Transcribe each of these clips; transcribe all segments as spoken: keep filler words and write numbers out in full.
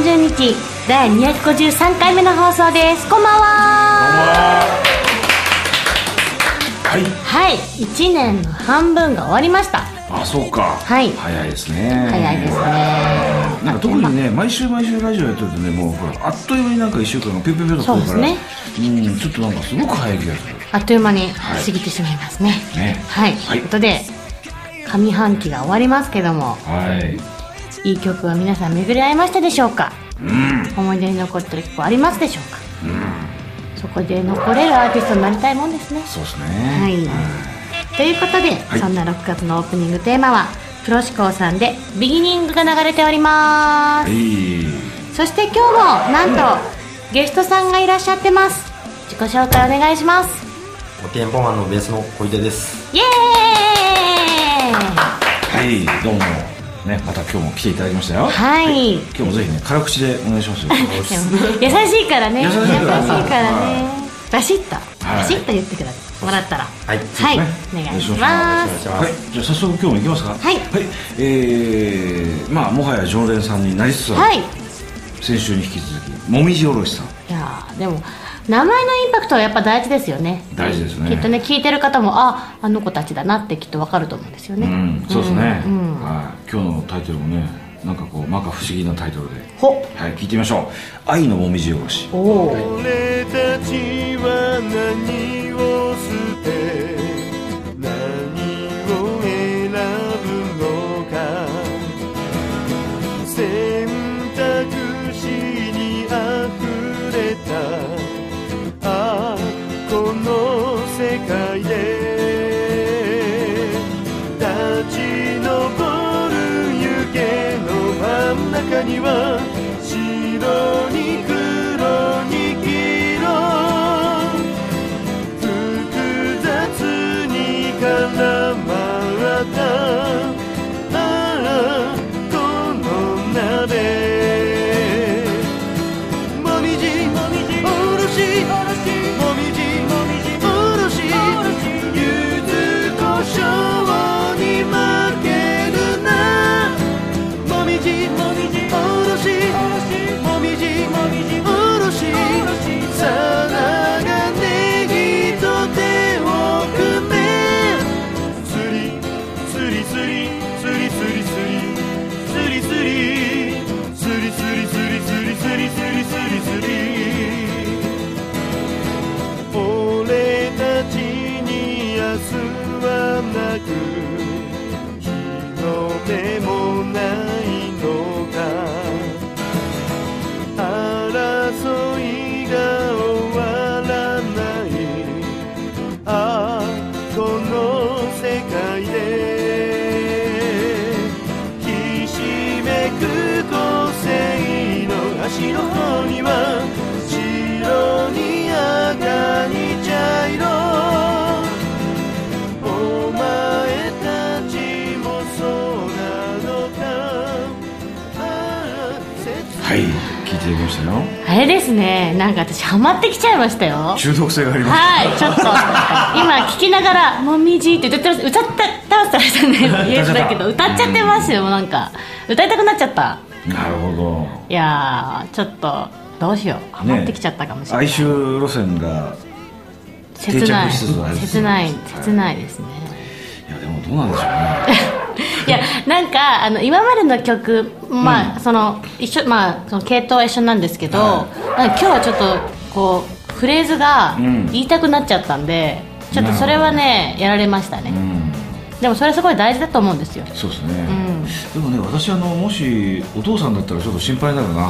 さんじゅうにちだいにひゃくごじゅうさんかいめの放送です。こんばんは。 はい、 はい、いちねんの半分が終わりました。 あ、そうか、 はい、 早いですね。 早いですね。 なんか特にね、毎週毎週ラジオやってるとね、もうほらあっという間になんかいっしゅうかんがピュピュピュと来るから、そうですね、うん、ちょっとなんかすごく早い気がする。 あっという間に過ぎてしまいますね。ね、はい、はい、ということで上半期が終わりますけども、はい、いい曲は皆さん巡り合いましたでしょうか。うん、思い出に残ってる曲ありますでしょうか。うん、そこで残れるアーティストになりたいもんですね。 そうですね、 はい、うん、ということで、はい、そんなろくがつのオープニングテーマはプロシコーさんでビギニングが流れております。えー、そして今日もなんと、うん、ゲストさんがいらっしゃってます。自己紹介お願いします。 おテンポマンのベースの小出です。 イエーイ。 はい、どうもね、また今日も来ていただきましたよ。 はい、はい、 今日もぜひね辛口でお願いしますよ。 優しいからね、優しいからね、バシッとバシッと言ってください、もらったら。はい、はい、お願いします。 はい、じゃあ早速今日も行きますか。はい、はい、えー、まあもはや常連さんになりつつある、はい、先週に引き続きもみじおろしさん。 いやでも名前のインパクトはやっぱ大事ですよね。 大事ですね。 きっとね、聞いてる方もああの子たちだなってきっと分かると思うんですよね。 うん、そうですね、うんうん、はい、今日のタイトルもね、なんかこう摩訶不思議なタイトルで、ほ、はい、聞いてみましょう。愛のもみじおろし。おお、はい、俺たちは何を捨て何を選ぶのか、選択肢にあふれたああこの世界で立ち上る湯気の真ん中には白に黒に黄色複雑に絡まったああこの鍋あれですね、なんか私ハマってきちゃいましたよ。 中毒性があります。 はい、ちょっと今聞きながらもみじって歌ってます。歌った歌ってましたね。言えてたけど歌っちゃってますよ。なんか歌いたくなっちゃった。 なるほど。 いやちょっとどうしよう、ハマってきちゃったかもしれない、 ね、哀愁路線が定着しつつある。 切ない切ないですね。 いやでもどうなんでしょうね。 いやなんかあの今までの曲、まあ、うん、その一緒、まあ、その系統は一緒なんですけど、はい、今日はちょっとこうフレーズが言いたくなっちゃったんで、うん、ちょっとそれはねやられましたね、うん、でもそれすごい大事だと思うんですよ。 そうですね、うん、でもね私あのもしお父さんだったらちょっと心配になるな。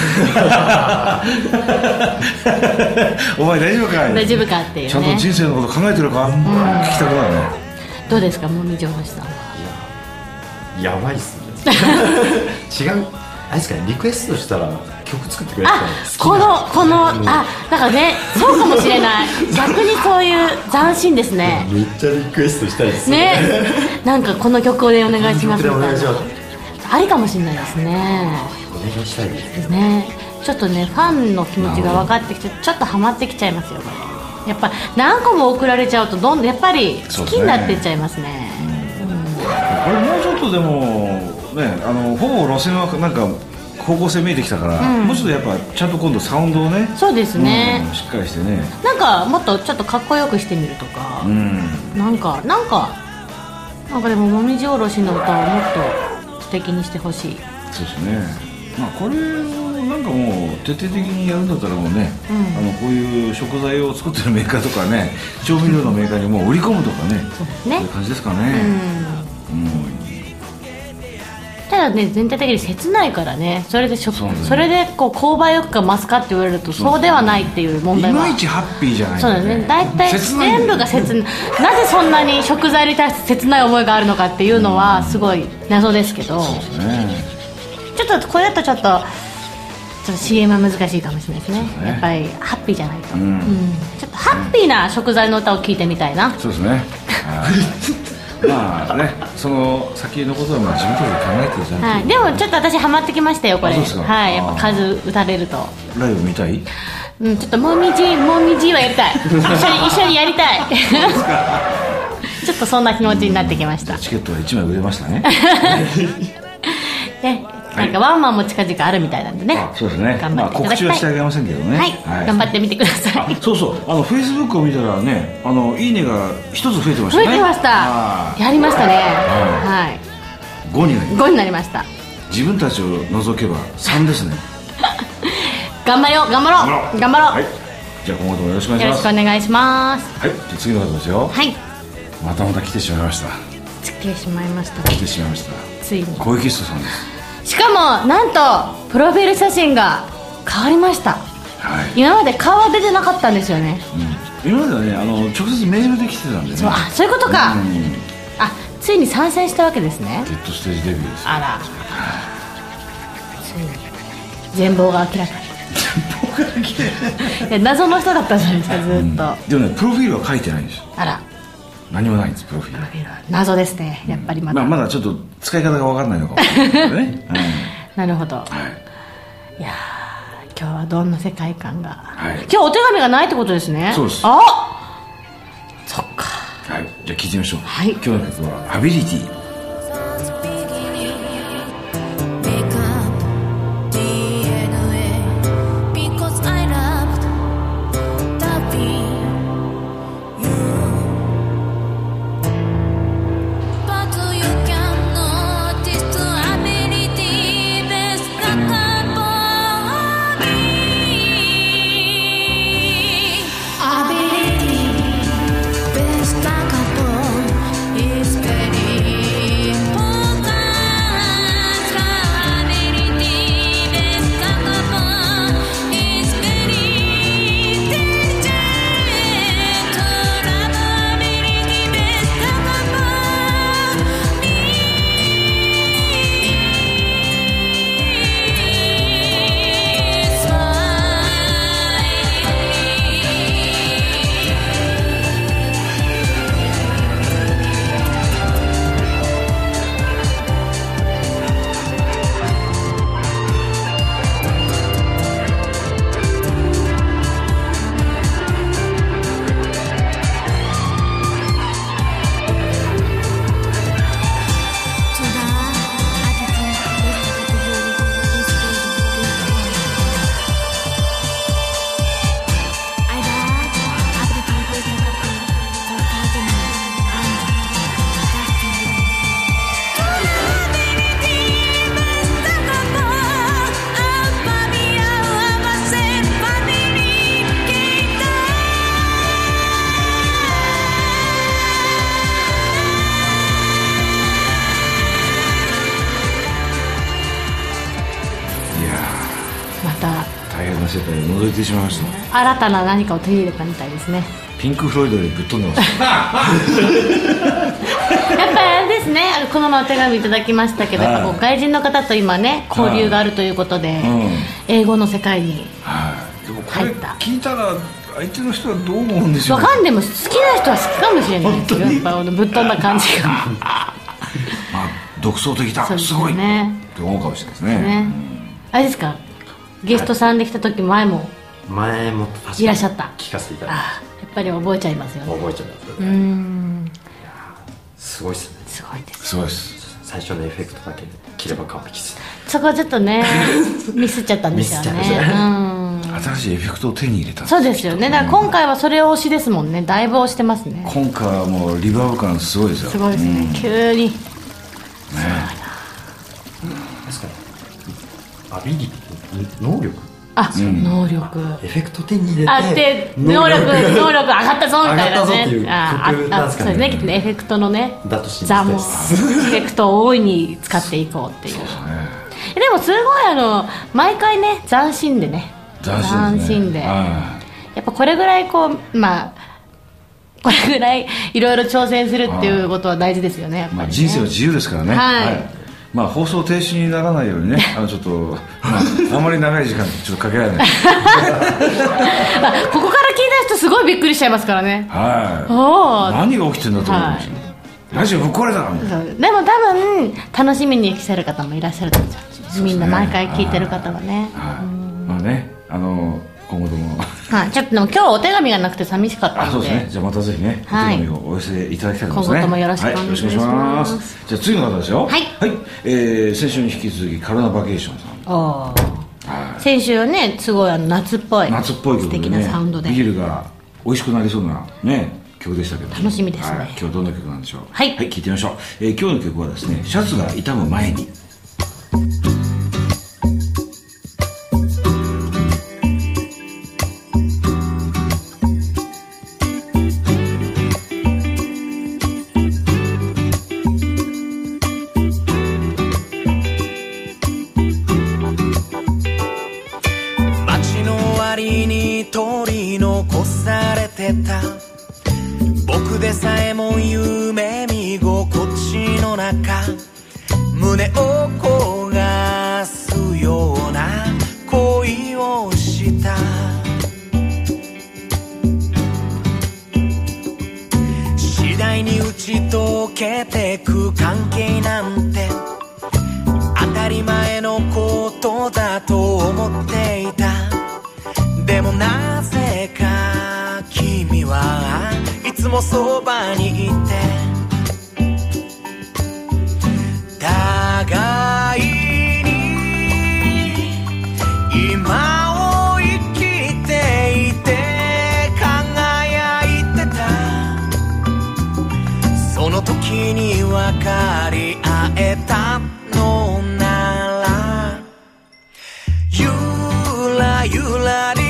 お前大丈夫かい、 大丈夫かっていうね、 ちゃんと人生のこと考えてるか、うん、聞きたくなるね。 どうですかもみじおろしさんは。 やばいっすね。違うあれですかね、リクエストしたら曲作ってくれるからこのこの、うん、あだからねそうかもしれない逆にそういう斬新ですね。 めっちゃリクエストしたいですね。 ねなんかこの曲でお願いしますみたいなありかもしれないですね。 お願いしたいですね。ちょっとねファンの気持ちが分かってきてちょっとハマってきちゃいますよ。やっぱ何個も送られちゃうとどんどんやっぱり好きになってっちゃいますね。 これもうちょっとでもね、あのほぼ路線はなんか方向性見えてきたから、うん、もうちょっとやっぱちゃんと今度サウンドをね、 そうですね、 うん、しっかりしてね、 なんかもっとちょっとかっこよくしてみるとか、うん、なんかなんかなんかでももみじおろしの歌をもっと素敵にしてほしい。 そうですね、まあ、これをなんかもう徹底的にやるんだったらもうね、うん、あのこういう食材を作ってるメーカーとかね、調味料のメーカーにもう売り込むとかね、そうですね、そういう感じですかね、うん、うん、 ただね全体的に切ないからね、それで食 そ,、ね、それでこう購買欲が増すかって言われるとそうではないっていう問題は、 いまいちハッピーじゃないんだよね。そうだね、大体全部が切ない、なぜそんなに食材に対して切ない思いがあるのかっていうのはすごい謎ですけど、うん、そうですね、ちょっとこれだとちょっとちょっと シーエム は難しいかもしれないです ね, ですね、やっぱりハッピーじゃないと、うんうん、ちょっとハッピーな食材の歌を聴いてみたいな。 そうですねまあね、その先のことはまあ自分たちで考えてるじゃない、 はい、でもちょっと私ハマってきましたよこれ。はい、やっぱ数打たれると。 ライブ見たい？ うん、ちょっともみじもみじはやりたい一緒に一緒にやりたいちょっとそんな気持ちになってきました。 チケットはいちまい売れましたねね、なんかワンマンも近々あるみたいなんでね。 あ、そうですね、頑張っていただきたい、まあ、告知はしてあげませんけどね、 はい、はい、頑張ってみてください。 そうそう、あのフェイスブックを見たらね、あのいいねが一つ増えてましたね。 増えてました、やりましたね、はい、 ごになりました。 ごになりました。 自分たちを除けばさんですね頑張ろう頑張ろう頑張ろう、はい、 じゃあ今後ともよろしくお願いします。 よろしくお願いします。 はい、じゃあ次の方ですよ。 はい、 またまた来てしまいました。 来てしまいました来てしまいました。 ついに小池人さんです。 しかもなんとプロフィール写真が変わりました、はい、今まで顔は出てなかったんですよね、 うん、今まではね、あの直接メールで来てたんでね。 そう、あ、そういうことか、うん、あ、ついに参戦したわけですね。 ゲットステージデビューです。 あら、ついに全貌が明らかに謎の人だったじゃないですかずっと、うん、でもねプロフィールは書いてないんですよ。 あら、 何もないんです。プロフィール謎ですね、やっぱりまだ、 うん、まあ、まだちょっと使い方が分かんないのかもしれないですね、うん、 なるほど、はい、いや今日はどんな世界観が、はい、今日お手紙がないってことですね。 そうです。 あ、そっか、 はい、じゃあ聞いてみましょう、 はい、 今日の曲はアビリティ。世界を覗いてしまいました。 新たな何かを手に入れたみたいですね。 ピンク・フロイドよりぶっ飛んでますやっぱりあれですね、このままお手紙いただきましたけど、はい、こう外人の方と今ね交流があるということで、はい、うん、英語の世界に入った、 はい、聞いたら相手の人はどう思うんでしょう。 わかんでも好きな人は好きかもしれないですよ。やっぱぶっ飛んだ感じがまあ独創的だ、す,、ね、すごいって思うかもしれないですね。ね、うん、あれですか、ゲストさんで来た時前も前も確かにいらっしゃった聞かせていただきました。 やっぱり覚えちゃいますよね。 覚えちゃいますよね。 うーん、 すごいっすね。 すごいです。 すごいです。 最初のエフェクトだけで切れば完璧です。 そこはちょっとねミスっちゃったんですよね。 新しいエフェクトを手に入れた。 そうですよね。だから今回はそれを推しですもんね。だいぶ推してますね。 今回はもうリバーブ感すごいですよ。 すごいですね、うん、急にね。 確かにアビリティ、能力、 あ、うん、能力、 エフェクト手に入れてあって能力能力上がったぞみたいなね。 上がったぞっていう工夫なんですかね。 そうですね、きっとエフェクトのね、 だと信じザもエフェクトを大いに使っていこうっていう。そうですね。でもすごいあの毎回ね斬新でね。斬新で、やっぱこれぐらいこう、まあこれぐらいいろいろ挑戦するっていうことは大事ですよね。やっぱりね、 まあ、人生は自由ですからね。 はい、はい、 まあ、放送停止にならないようにねあのちょっと、まあ、あまり長い時間ちょっとかけられないまあ、ここから聞いた人すごいびっくりしちゃいますからね。 はい、何が起きてんだと思うんですよ、はい、ラジオぶっ壊れた。 でも多分楽しみに来てる方もいらっしゃると思うんですよ、みんな毎回聞いてる方はね。はい、うん、まあね、あの今後ともはい、ちょっとでも今日お手紙がなくて寂しかったので、あ、そうですね、じゃあまたぜひね、はい、お手紙をお寄せいただきたいと思いますね。今後ともよろしくお願いします、はい、じゃあ次の方ですよ。はい、はい、えー、先週に引き続きカロナバケーションさん。あ、はい、先週はねすごいあの夏っぽい夏っぽい曲で、ね、素敵なサウンドでビールが美味しくなりそうなね曲でしたけど、楽しみですね、はい、今日はどんな曲なんでしょう。はい、はい、聞いてみましょう。えー、今日の曲はですね、シャツが傷む前に。 僕でさえも夢見心地の中、胸を焦がすような恋をした。次第に打ち解けてく関係なんて当たり前のことだと思っていた。でもなぜか君はいつもそばにいて、互いに今を生きていて輝いてた。その時に分かり合えたのなら、ゆらゆらり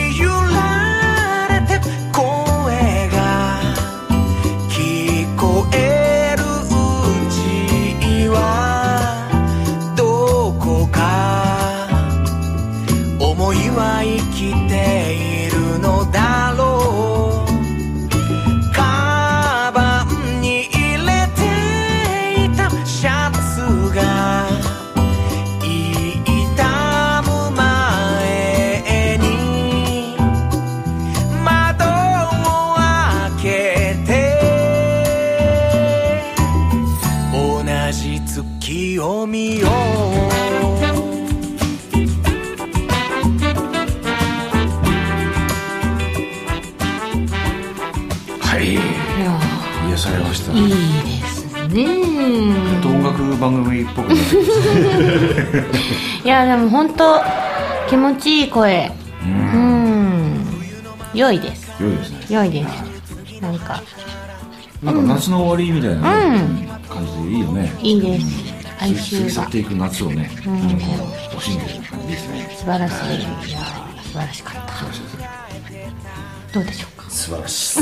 生きているのだろう。カバンに入れていたシャツが傷む前に窓を開けて同じ月を見よう。 癒されました。 いいですね。 音楽番組っぽくなってますいやでも本当気持ちいい声。うん、うん、良いです。 良いですね。 良いです。なんかなんか夏の終わりみたいな、ね、うん、感じでいいよね。 いいです。哀愁が過ぎ去っていく夏をね、うん、こう惜しんでる感じですね。 素晴らしい。はい、いや素晴らしかった。素晴らしいですね。どうでしょうか。 素晴らしい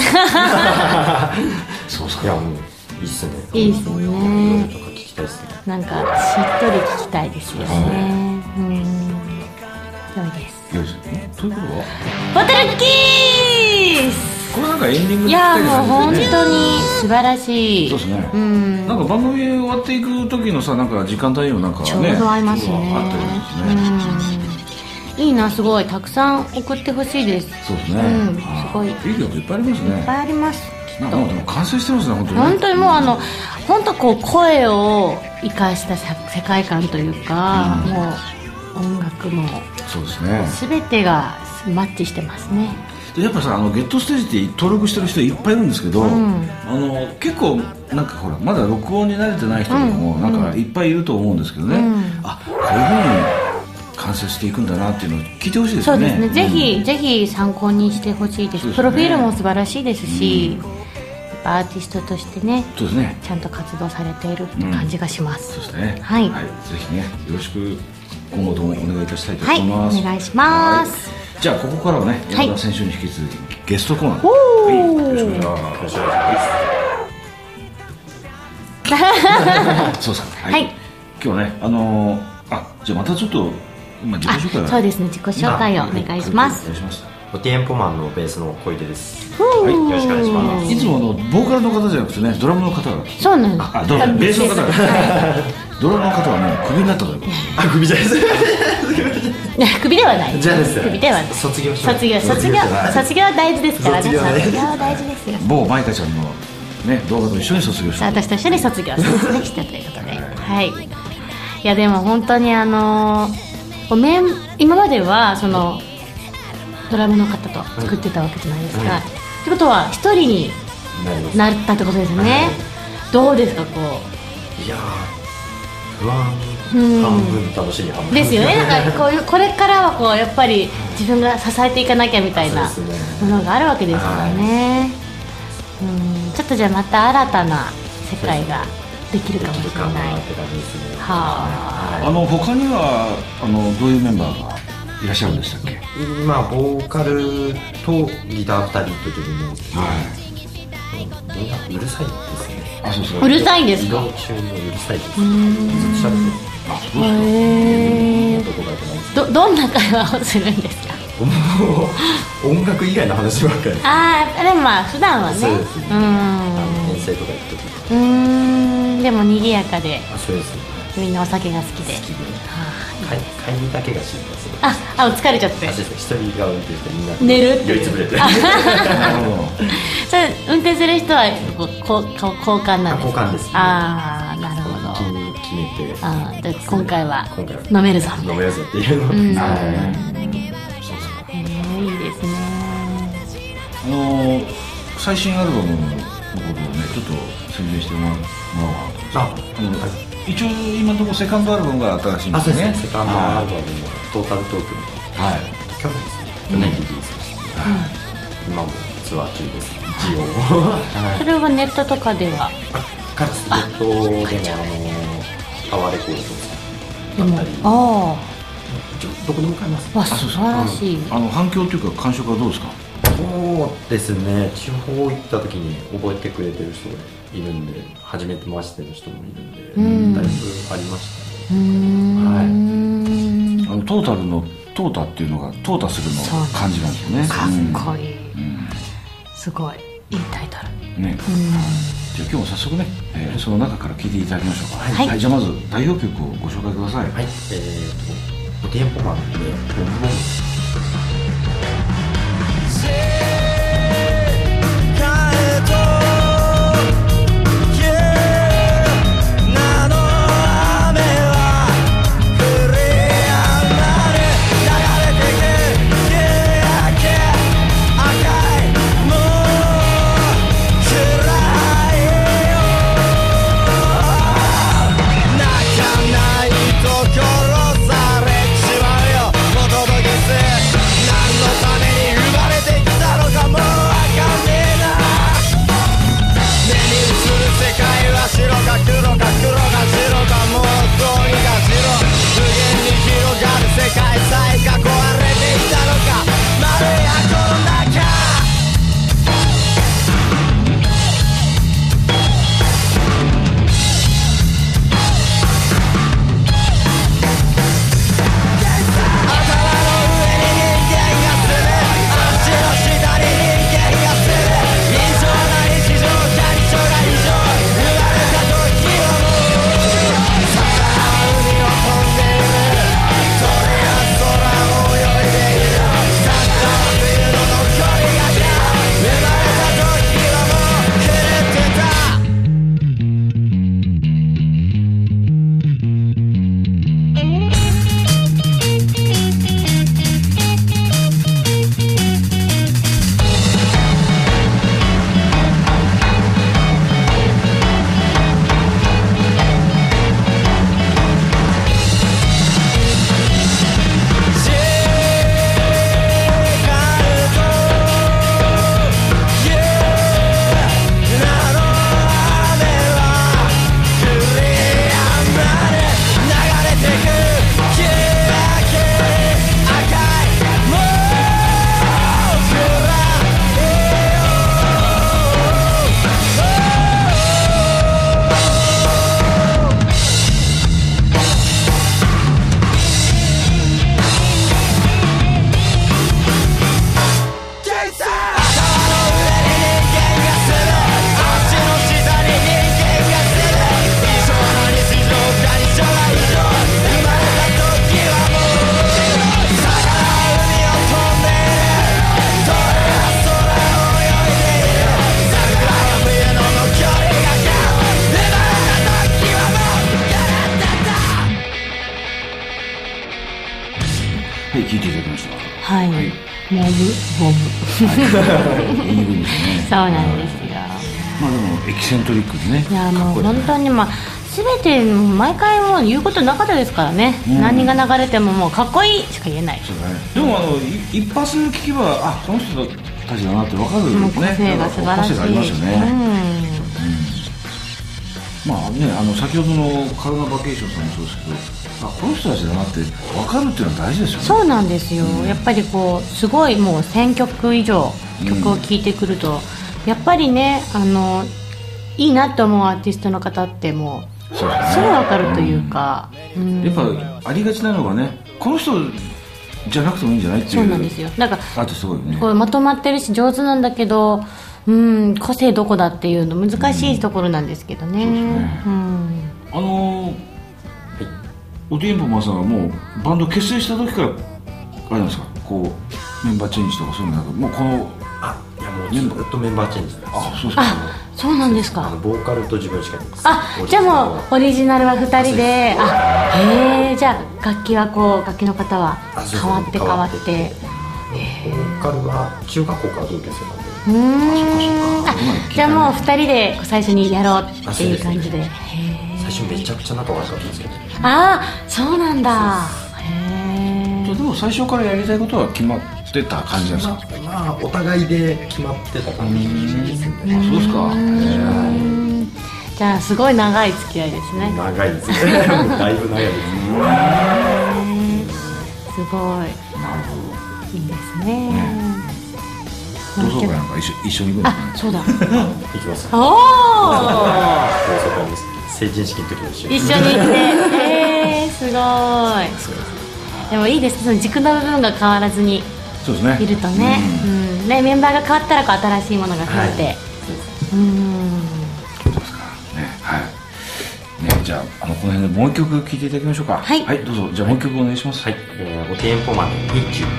そうそう。 いやもういいっすね。 いいっすね。 夜とか聞きたいですね。 なんかしっとり聞きたいですよね。うん。良いです。 良いですね。ということはボトルキース。 これなんかエンディング。 いやもう本当に素晴らしい。 そうですね。うん。なんか番組終わっていく時のさ、なんか時間帯にもなんかね、 ちょうど合いますね。 あったりですね。 いいな、すごいたくさん送ってほしいです。 そうですね、うん、すごいいい曲いっぱいありますね。 いっぱいあります。 なんかもう完成してますね、本当に。 本当にもうあの本当こう声を生かした世界観というか、うん、もう音楽もそうですね。 全てがマッチしてますね。 やっぱさあのゲットステージって登録してる人いっぱいいるんですけど、うん、あの結構なんかほらまだ録音に慣れてない人とかもなんかいっぱいいると思うんですけどね、うん、あこういうふうに完成していくんだなっていうのを聞いてほしいですね。 そうですね、ぜひ、うん、ぜひ参考にしてほしいです。ですね、プロフィールも素晴らしいですし、うんアーティストとしてね、 そうですね、 ちゃんと活動されているって感じがします、 うん、そうですね、 はい、 はい、ぜひねよろしく今後ともお願いいたしたいと思います。 はい、お願いします。 じゃあここからはね山田選手に引き続きゲストコーナー、 はい、 よろしくお願いしますそうですか、はい、はい、今日はねあのー、あじゃあまたちょっと今自己紹介はそうですね自己紹介をお願いします。 お願いします。おテンポマンのベースの小出です。はい、よろしくお願いします。 いつもあのボーカルの方じゃなくてねドラムの方がそうなんです。 あドラムベースの方がドラムの方はねクビになったということあクビじゃないですクビではないじゃあですクビではない卒業し卒業卒業卒業は大事ですからね。卒業は大事ですよ。 某マイカちゃんのね動画と一緒に卒業した私と一緒に卒業したということではいいやでも本当にあのメン今まではそのドラムの方と作ってたわけじゃないですか、うん、ってことは一人になったってことですよね、うん、どうですかこういや不安半分楽しみ半分ですよね。なんかこういうこれからはこうやっぱり自分が支えていかなきゃみたいなものがあるわけですからね、うんちょっとじゃあまた新たな世界ができるかもしれない。 はあの他にはあのどういうメンバーがいらっしゃるんでしたっけ。 今ボーカルとギターふたりというのも、はい、みんなうるさいですね。 あそうそううるさいんですか。 移動中のうるさいです。ずっと喋ってあそうへーどどんな会話をするんですか。 音楽以外の話ばっかり。 ああでもまあ普段はね。 そうですね。うん遠征とか行くとき。 うんでも賑やかで。 あそうですね。 みんなお酒が好きで。好きで。 帰りだけがしんどいです。 ああ疲れちゃって。 一人が運転してみんな寝るって酔いつぶれて。 それ運転する人はこう交換なんですか。 交換です。 ああなるほど。 決めて。 ああで今回は飲めるぞ。 飲めるぞっていうの。 うんそうですか。 ええいいですね。 あの最新アルバムのことをねちょっと宣伝してもらおうかなと。ああの一応今のところセカンドアルバムが新しいんですね。 セカンドアルバムのトータルトークのはい去年ですね。去年リリースして今もツアー中です。一応それはネットとかではカラスネットでもあのタワーレコードだったりああどこでも買えます。 わ素晴らしい。 あの反響というか感触はどうですか。 そうですね地方行った時に覚えてくれてる人がいるんで初めて回してる人もいるんで、うん、だいぶありましたね。はい、あのトータルのトータっていうのがトータするの感じなんですよね。 かっこいい、うん、すごいいいタイトルね、うん、 じゃあ今日も早速ね、えー、その中から聴いていただきましょうか。 はい、はい、 じゃあまず代表曲をご紹介ください。 はい、えーとテンポマンでボンボン泣かないと殺されちまうよ。お届けすモブモブいいですね。そうなんですよ。 まあでもエキセントリックでね。 いやもう本当にまあ全て毎回もう言うことなかったですからね、うん、何が流れてももうかっこいいしか言えない。 そうだね。でもあの一発聞けばあこの人たちだなって分かるよね。 個性が素晴らしい。 個性がありますよね。うんうん、まあねあの先ほどのカルナバケーションさんもそうですけど。あこの人たちだなって分かるっていうのは大事ですよね。 そうなんですよ、うん、やっぱりこうすごいもうせんきょく以上曲を聴いてくると、うん、やっぱりねあのいいなって思うアーティストの方ってもうすぐ分かるというか、 うんうん、やっぱありがちなのがねこの人じゃなくてもいいんじゃないっていう。 そうなんですよ。なんかあとすごいねこうまとまってるし上手なんだけどうん個性どこだっていうの難しいところなんですけどね。うん、そうですね、うん、 あのーおティエンポマンさんはもうバンド結成した時からあれなんですかこうメンバーチェンジとかそういうのなくもうこのあいやもうずっとメンバーチェンジです。 あそうですか。 あそうなんですか。 あのボーカルと自分しかいないです。 あじゃあもうオリジナルはふたりであへえじゃあ楽器はこう楽器の方は変わって変わってボーカルは中学校から同級生なんでうんあじゃあもうふたりで最初にやろうっていう感じで。へえ最初めちゃくちゃ仲悪かったんですけど。 ああそうなんだ。へえでも最初からやりたいことは決まってた感じなんですか。 まあ、まあ、お互いで決まってた感じですね。 あそうですか。 へじゃあすごい長い付き合いですね。 長いですねだいぶ長いですね。 すごいなるほどいいですね。ね同窓会なんか一緒一緒に行くんですかね。 あそうだ行きます。 おお同窓会です。成人式の時も一緒に一緒に行ってえー、すごい。でもいいですその軸の部分が変わらずにそうですねいるとね、うん、うんねメンバーが変わったらこう新しいものが増えて、はい、うんそうですかねはいねじゃああのこの辺でもう一曲聴いていただきましょうか。 はい、 はい、どうぞじゃあもう一曲お願いします。 はい、えー、おテンポマンで「イチュー」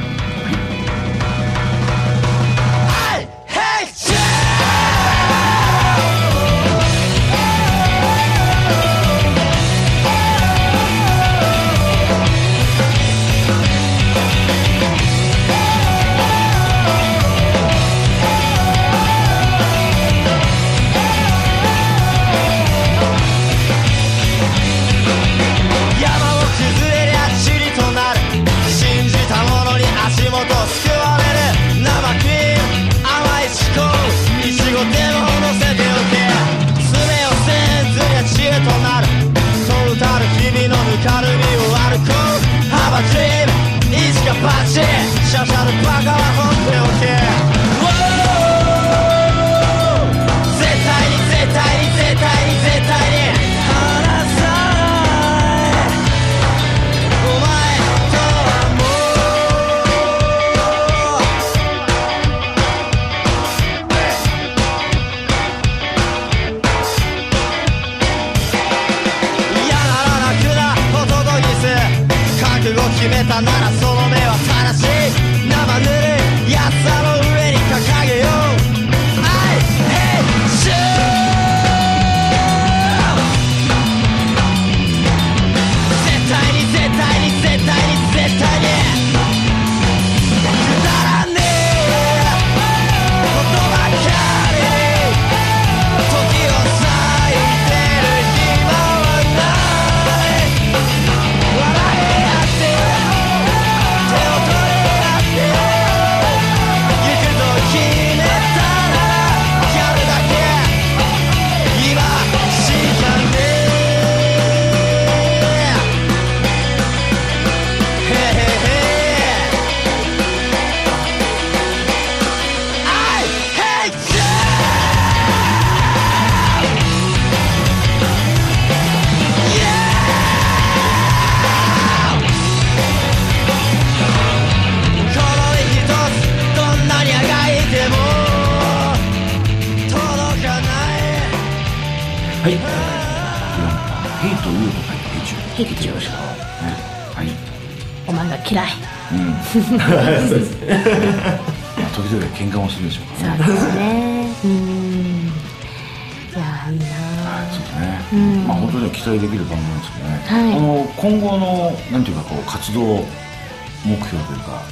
はい、えー、ヘイというと書いてヘイチュー。 ヘイチュー。 はい。 お前が嫌い。 うん。そうですね。時々喧嘩もするでしょうからね。 そうですね。うん。いやいいな。 はい、そうですね。うん、まあ本当に期待できる番組なんですけどね。はい。あの今後のなんていうかこう活動目標というか。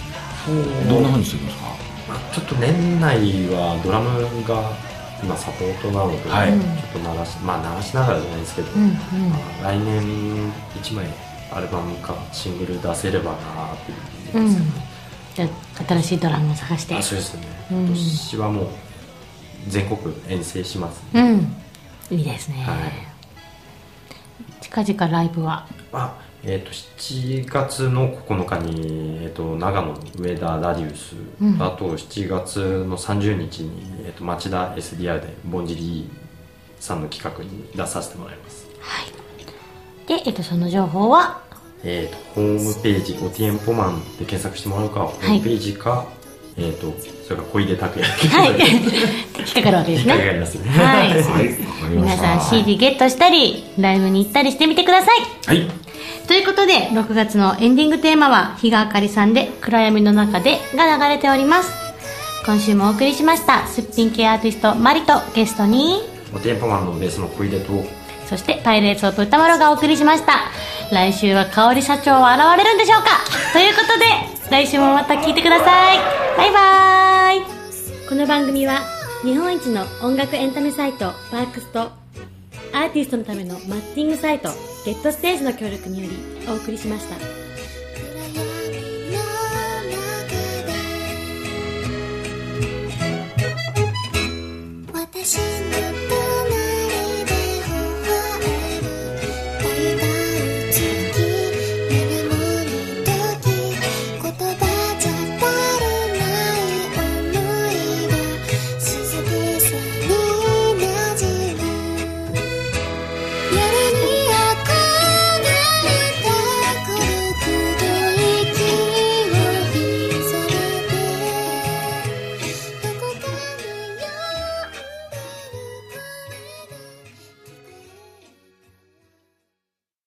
どんなふうにしてるんですか？ ちょっと年内はドラムが今サポートなので、はい、ちょっと鳴らしまあ鳴らしながらじゃないですけど、うんうん、まあ、来年いちまいアルバムかシングル出せればなっていう、うん、 じゃあ新しいドラムを探して。 あ、そうですね、うん、今年はもう全国遠征します、ね、 うん、いいですね、はい、近々ライブはあ、えー、としちがつのここのかに、えー、と長野の上田ラディウス、うん、あとしちがつのさんじゅうにちに、えー、と町田 エスディーアール でぼんじりさんの企画に出させてもらいます。 はい。で、えー、とその情報は、 えー、とホームページおティエンポマンで検索してもらうか、はい、ホームページか、えー、とそれから小出拓也、 はい、引っかかるわけですね。 引っかかりますね。 はい、はい、皆さん シーディー ゲットしたりライブに行ったりしてみてください。 はい。 ということでろくがつのエンディングテーマは日川あかりさんで暗闇の中でが流れております。今週もお送りしましたすっぴん系アーティストマリとゲストにおテンポマンのベースの小出と、 そしてパイレーツオブ歌丸がお送りしました。来週は香織社長は現れるんでしょうか。ということで来週もまた聞いてください。バイバーイ。この番組は日本一の音楽エンタメサイトパークスとアーティストのためのマッチングサイトゲットステージの協力によりお送りしました。